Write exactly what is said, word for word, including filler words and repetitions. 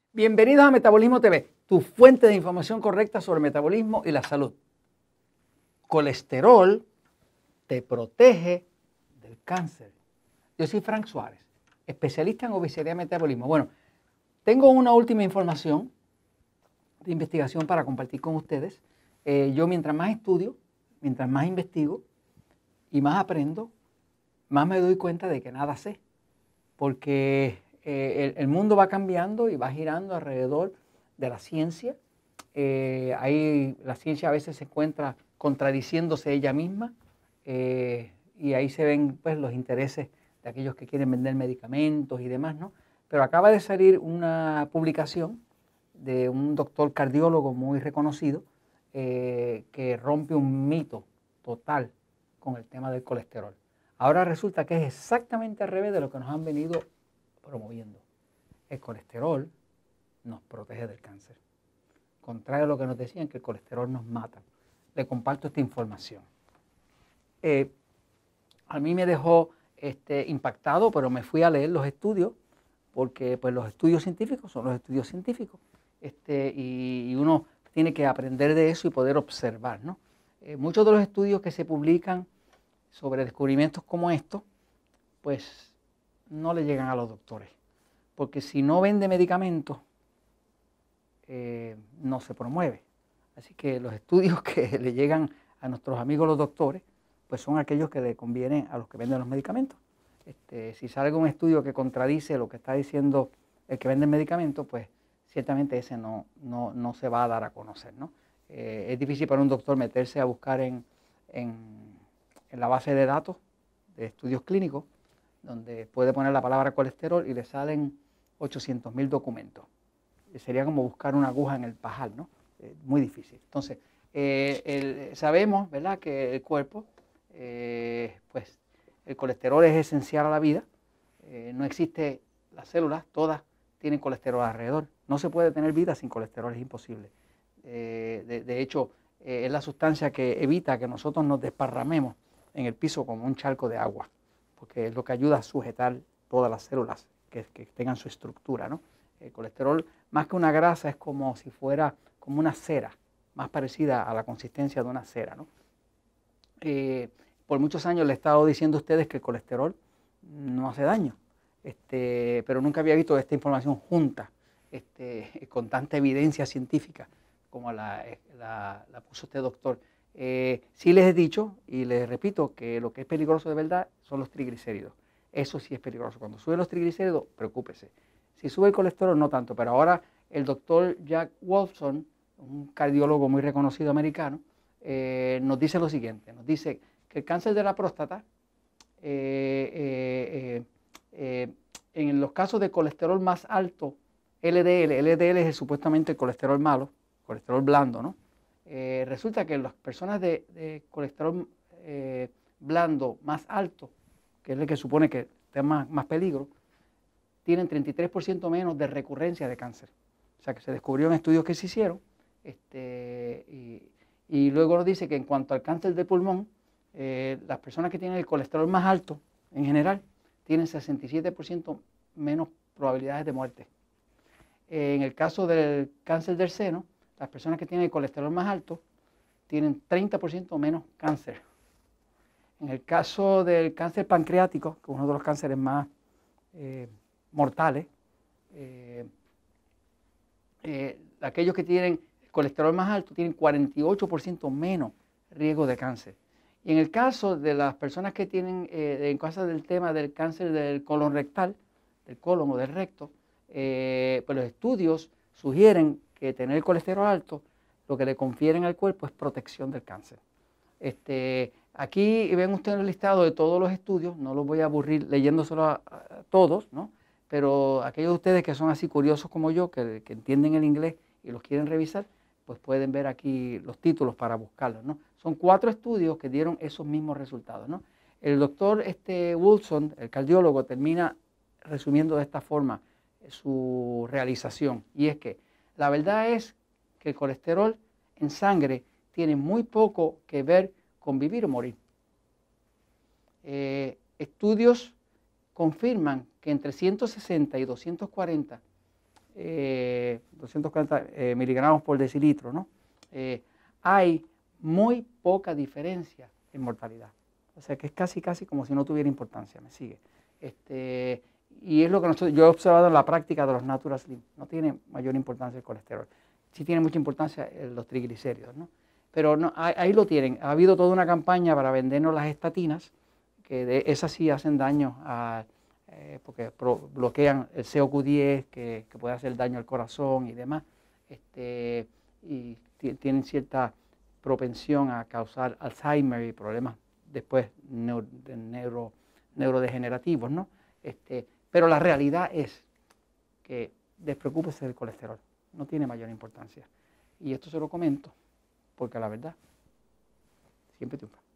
Bienvenidos a Metabolismo T V, tu fuente de información correcta sobre el metabolismo y la salud. Colesterol te protege del cáncer. Yo soy Frank Suárez, especialista en obesidad y metabolismo. Bueno, tengo una última información de investigación para compartir con ustedes. Eh, yo mientras más estudio, mientras más investigo y más aprendo, más me doy cuenta de que nada sé. Porque eh, el, el mundo va cambiando y va girando alrededor de la ciencia. Eh, ahí la ciencia a veces se encuentra contradiciéndose ella misma eh, y ahí se ven pues, los intereses de aquellos que quieren vender medicamentos y demás, ¿no? Pero acaba de salir una publicación de un doctor cardiólogo muy reconocido eh, que rompe un mito total con el tema del colesterol. Ahora resulta que es exactamente al revés de lo que nos han venido promoviendo. El colesterol nos protege del cáncer. Contrario a lo que nos decían, que el colesterol nos mata. Le comparto esta información. Eh, a mí me dejó este, impactado, pero me fui a leer los estudios, porque pues, los estudios científicos son los estudios científicos. Este, y, y uno tiene que aprender de eso y poder observar, ¿no? Eh, muchos de los estudios que se publican sobre descubrimientos como estos, pues no le llegan a los doctores. Porque si no vende medicamentos, eh, no se promueve. Así que los estudios que le llegan a nuestros amigos los doctores, pues son aquellos que le convienen a los que venden los medicamentos. Este, si sale un estudio que contradice lo que está diciendo el que vende el medicamento, pues ciertamente ese no, no, no se va a dar a conocer, ¿no? Eh, es difícil para un doctor meterse a buscar en, en en la base de datos de estudios clínicos, donde puede poner la palabra colesterol y le salen ochocientos mil documentos. Y sería como buscar una aguja en el pajar, ¿no? Eh, muy difícil. Entonces, eh, el, sabemos, ¿verdad?, que el cuerpo, eh, pues, el colesterol es esencial a la vida. Eh, no existe, las células, todas tienen colesterol alrededor. No se puede tener vida sin colesterol, es imposible. Eh, de, de hecho, eh, es la sustancia que evita que nosotros nos desparramemos en el piso como un charco de agua, porque es lo que ayuda a sujetar todas las células que, que tengan su estructura, ¿no? El colesterol, más que una grasa, es como si fuera como una cera, más parecida a la consistencia de una cera, ¿no? Eh, por muchos años le he estado diciendo a ustedes que el colesterol no hace daño, este, pero nunca había visto esta información junta, este, con tanta evidencia científica como la, la, la puso este doctor. Eh, sí les he dicho y les repito que lo que es peligroso de verdad son los triglicéridos. Eso sí es peligroso. Cuando suben los triglicéridos, preocúpese. Si sube el colesterol, no tanto. Pero ahora el doctor Jack Wolfson, un cardiólogo muy reconocido americano, eh, nos dice lo siguiente. Nos dice que el cáncer de la próstata, eh, eh, eh, en los casos de colesterol más alto, L D L, L D L es supuestamente el colesterol malo, colesterol blando, ¿no? Eh, resulta que las personas de, de colesterol eh, blando más alto, que es el que supone que está más, más peligro, tienen treinta y tres por ciento menos de recurrencia de cáncer. O sea que se descubrió en estudios que se hicieron. Este, y, y luego nos dice que en cuanto al cáncer de pulmón, eh, las personas que tienen el colesterol más alto, en general, tienen sesenta y siete por ciento menos probabilidades de muerte. Eh, en el caso del cáncer del seno, las personas que tienen el colesterol más alto tienen treinta por ciento menos cáncer. En el caso del cáncer pancreático, que es uno de los cánceres más eh, mortales, eh, eh, aquellos que tienen el colesterol más alto tienen cuarenta y ocho por ciento menos riesgo de cáncer. Y en el caso de las personas que tienen, eh, en caso del tema del cáncer del colon rectal, del colon o del recto, eh, pues los estudios sugieren que tener el colesterol alto lo que le confieren al cuerpo es protección del cáncer. Este, aquí ven ustedes el listado de todos los estudios, no los voy a aburrir leyéndoselo a, a todos, ¿no? Pero aquellos de ustedes que son así curiosos como yo, que, que entienden el inglés y los quieren revisar, pues pueden ver aquí los títulos para buscarlos, ¿no? Son cuatro estudios que dieron esos mismos resultados, ¿no? El doctor este, Wilson, el cardiólogo, termina resumiendo de esta forma su realización, y es que la verdad es que el colesterol en sangre tiene muy poco que ver con vivir o morir. Eh, estudios confirman que entre ciento sesenta y doscientos cuarenta eh, doscientos cuarenta eh, miligramos por decilitro, ¿no? Eh, hay muy poca diferencia en mortalidad. O sea que es casi, casi como si no tuviera importancia, ¿me sigue? Este, y es lo que nosotros, yo he observado en la práctica de los Natural Slim. No tiene mayor importancia el colesterol. Sí tiene mucha importancia los triglicéridos, ¿no? Pero no, ahí, ahí lo tienen. Ha habido toda una campaña para vendernos las estatinas, que de, esas sí hacen daño a... Eh, porque pro, bloquean el C O Q diez, que, que puede hacer daño al corazón y demás, este, y tienen cierta propensión a causar Alzheimer y problemas después neuro, de neuro, neurodegenerativos, ¿no? Este, pero la realidad es que despreocúpese del colesterol, no tiene mayor importancia. Y esto se lo comento porque la verdad siempre triunfa.